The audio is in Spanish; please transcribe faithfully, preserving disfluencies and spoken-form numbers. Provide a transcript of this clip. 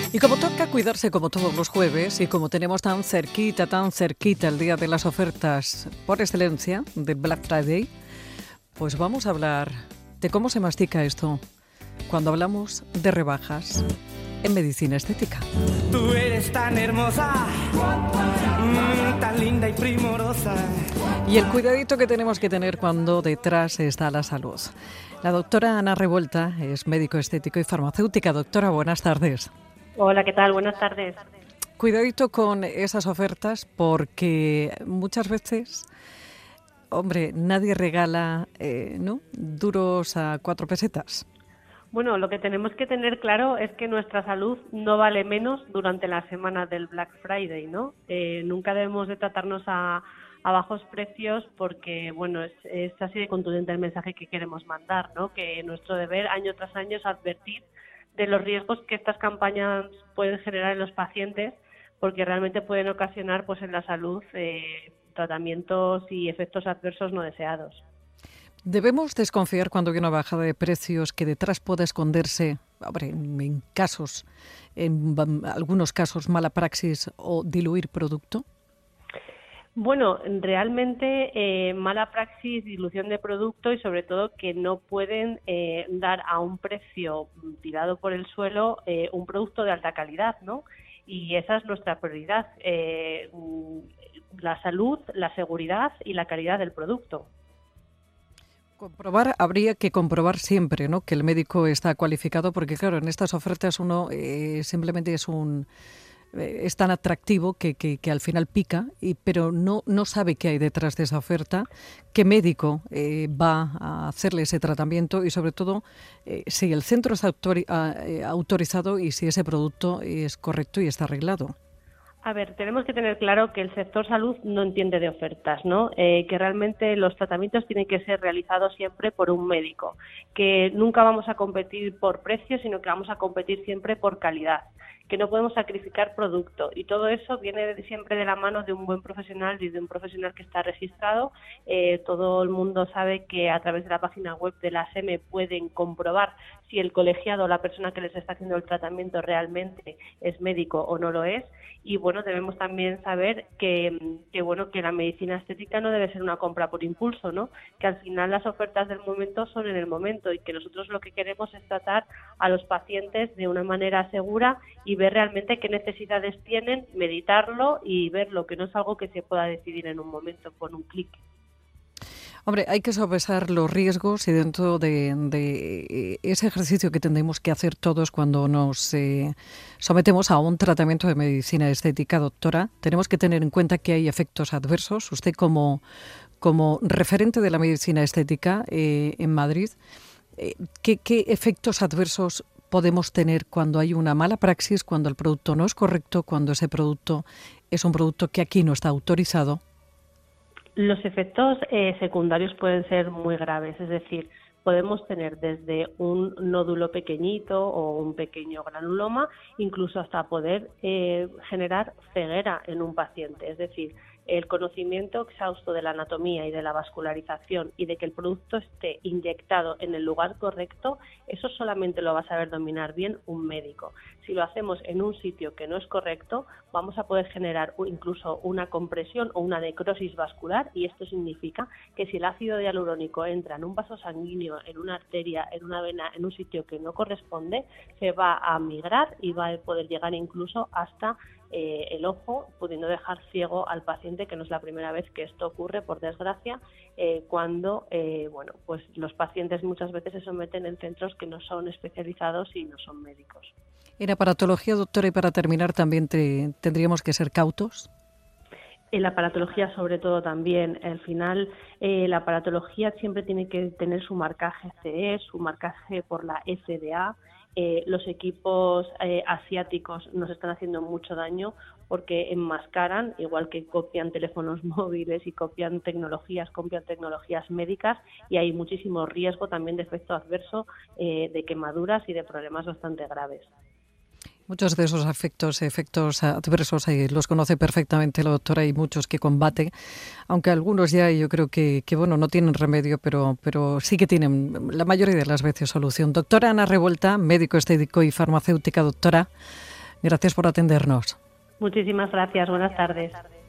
Y como toca cuidarse como todos los jueves y como tenemos tan cerquita, tan cerquita el día de las ofertas por excelencia, del Black Friday, pues vamos a hablar de cómo se mastica esto cuando hablamos de rebajas en medicina estética. Tú eres tan hermosa, mm, tan linda y primorosa. Y el cuidadito que tenemos que tener cuando detrás está la salud. La doctora Ana Revuelta es médico estético y farmacéutica. Doctora, buenas tardes. Hola, ¿qué tal? Buenas tardes. Cuidadito con esas ofertas porque muchas veces, hombre, nadie regala eh, ¿no? duros a cuatro pesetas. Bueno, lo que tenemos que tener claro es que nuestra salud no vale menos durante la semana del Black Friday, ¿no? Eh, nunca debemos de tratarnos a, a bajos precios porque, bueno, es, es así de contundente el mensaje que queremos mandar, ¿no? Que nuestro deber año tras año es advertir de los riesgos que estas campañas pueden generar en los pacientes, porque realmente pueden ocasionar, pues, en la salud eh, tratamientos y efectos adversos no deseados. ¿Debemos desconfiar cuando hay una bajada de precios que detrás pueda esconderse, hombre, en casos, en algunos casos, mala praxis o diluir producto? Bueno, realmente eh, mala praxis, dilución de producto y sobre todo que no pueden eh, dar a un precio tirado por el suelo eh, un producto de alta calidad, ¿no? Y esa es nuestra prioridad, eh, la salud, la seguridad y la calidad del producto. Comprobar, habría que comprobar siempre, ¿no?, que el médico está cualificado, porque claro, en estas ofertas uno eh, simplemente es un eh, es tan atractivo que, que, que al final pica, y, pero no, no sabe qué hay detrás de esa oferta, qué médico eh, va a hacerle ese tratamiento y sobre todo eh, si el centro está autori- eh, autorizado y si ese producto es correcto y está arreglado. A ver, tenemos que tener claro que el sector salud no entiende de ofertas, ¿no? Eh, que realmente los tratamientos tienen que ser realizados siempre por un médico, que nunca vamos a competir por precio, sino que vamos a competir siempre por calidad, que no podemos sacrificar producto, y todo eso viene de, siempre de la mano de un buen profesional y de un profesional que está registrado. Eh, todo el mundo sabe que a través de la página web de la S E M E pueden comprobar si el colegiado o la persona que les está haciendo el tratamiento realmente es médico o no lo es. Y bueno, debemos también saber que, que bueno que la medicina estética no debe ser una compra por impulso, ¿no? Que al final las ofertas del momento son en el momento y que nosotros lo que queremos es tratar a los pacientes de una manera segura y ver realmente qué necesidades tienen, meditarlo y verlo, que no es algo que se pueda decidir en un momento con un clic. Hombre, hay que sopesar los riesgos y dentro de, de ese ejercicio que tendremos que hacer todos cuando nos eh, sometemos a un tratamiento de medicina estética, doctora, tenemos que tener en cuenta que hay efectos adversos. Usted como, como referente de la medicina estética eh, en Madrid, eh, ¿qué, qué efectos adversos podemos tener cuando hay una mala praxis, cuando el producto no es correcto, cuando ese producto es un producto que aquí no está autorizado? Los efectos eh, secundarios pueden ser muy graves, es decir, podemos tener desde un nódulo pequeñito o un pequeño granuloma, incluso hasta poder eh, generar ceguera en un paciente, es decir, el conocimiento exhausto de la anatomía y de la vascularización y de que el producto esté inyectado en el lugar correcto, eso solamente lo va a saber dominar bien un médico. Si lo hacemos en un sitio que no es correcto, vamos a poder generar incluso una compresión o una necrosis vascular, y esto significa que si el ácido hialurónico entra en un vaso sanguíneo, en una arteria, en una vena, en un sitio que no corresponde, se va a migrar y va a poder llegar incluso hasta Eh, el ojo, pudiendo dejar ciego al paciente, que no es la primera vez que esto ocurre, por desgracia, eh, cuando eh, bueno, pues los pacientes muchas veces se someten en centros que no son especializados y no son médicos. En aparatología, doctora, y para terminar, también te, tendríamos que ser cautos. En la aparatología, sobre todo, también. Al final, eh, la aparatología siempre tiene que tener su marcaje C E, su marcaje por la F D A. Eh, los equipos eh, asiáticos nos están haciendo mucho daño porque enmascaran, igual que copian teléfonos móviles y copian tecnologías, copian tecnologías médicas, y hay muchísimo riesgo también de efecto adverso, eh, de quemaduras y de problemas bastante graves. Muchos de esos efectos, efectos adversos eh, los conoce perfectamente la doctora, y muchos que combate, aunque algunos ya yo creo que, que bueno, no tienen remedio, pero, pero sí que tienen la mayoría de las veces solución. Doctora Ana Revuelta, médico estético y farmacéutica. Doctora, Gracias por atendernos. Muchísimas gracias. Buenas tardes.